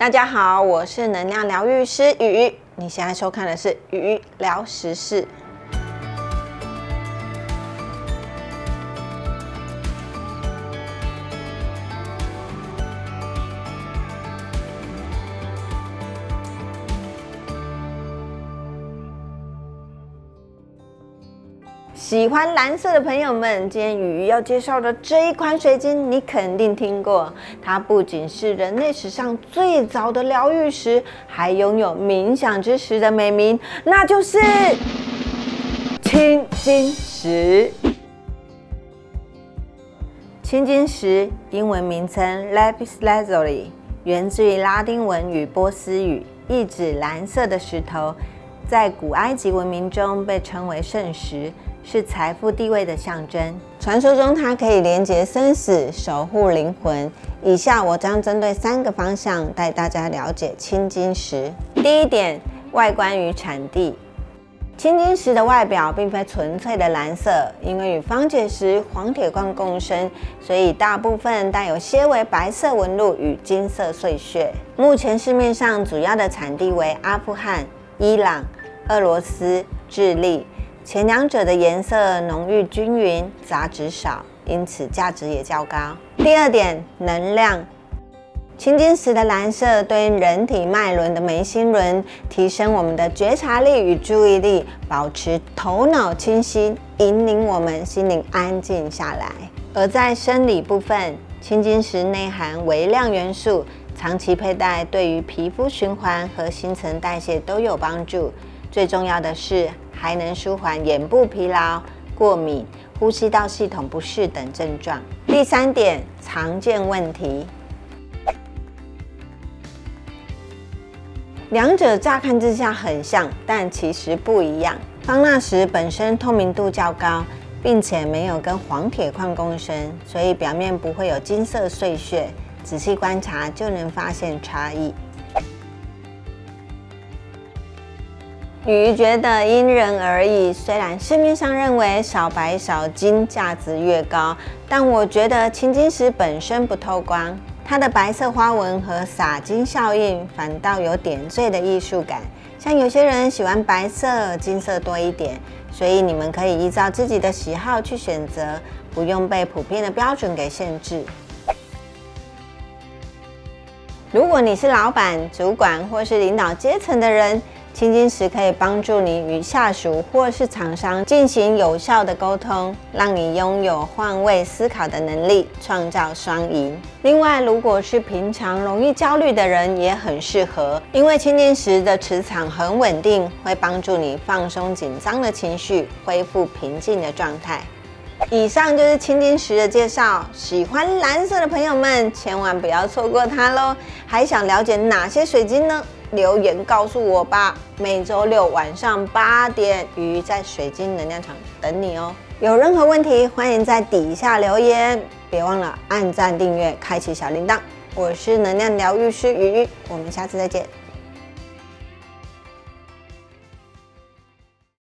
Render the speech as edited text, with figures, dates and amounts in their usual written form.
大家好，我是能量疗愈师雨。你现在收看的是雨聊时事。喜欢蓝色的朋友们，今天雨要介绍的这一款水晶，你肯定听过。它不仅是人类史上最早的疗愈石，还拥有冥想之石的美名，那就是青金石。青金石英文名称 Lapis Lazuli， 源自于拉丁文与波斯语，意指蓝色的石头。在古埃及文明中被称为圣石，是财富地位的象征。传说中它可以连结生死，守护灵魂。以下我将针对3个方向带大家了解青金石。第一点，外观与产地。青金石的外表并非纯粹的蓝色，因为与方解石、黄铁矿共生，所以大部分带有些微白色纹路与金色碎屑。目前市面上主要的产地为阿富汗、伊朗、俄罗斯、智利，前两者的颜色浓郁均匀，杂质少，因此价值也较高。第二点，能量。青金石的蓝色对应人体脉轮的眉心轮，提升我们的觉察力与注意力，保持头脑清晰，引领我们心灵安静下来。而在生理部分，青金石内含微量元素，长期佩戴对于皮肤循环和新陈代谢都有帮助。最重要的是，还能舒缓眼部疲劳、过敏、呼吸道系统不适等症状。第三点，常见问题。两者乍看之下很像，但其实不一样。方钠石本身透明度较高，并且没有跟黄铁矿共生，所以表面不会有金色碎屑，仔细观察就能发现差异。雨觉得因人而异，虽然市面上认为少白少金价值越高，但我觉得青金石本身不透光，它的白色花纹和洒金效应反倒有点缀的艺术感。像有些人喜欢白色、金色多一点，所以你们可以依照自己的喜好去选择，不用被普遍的标准给限制。如果你是老板、主管或是领导阶层的人，青金石可以帮助你与下属或是厂商进行有效的沟通，让你拥有换位思考的能力，创造双赢。另外，如果是平常容易焦虑的人，也很适合，因为青金石的磁场很稳定，会帮助你放松紧张的情绪，恢复平静的状态。以上就是青金石的介绍，喜欢蓝色的朋友们千万不要错过它咯。还想了解哪些水晶呢？留言告诉我吧。每周六晚上8点，雨在水晶能量场等你哦。有任何问题，欢迎在底下留言，别忘了按赞、订阅、开启小铃铛。我是能量疗愈师雨，我们下次再见。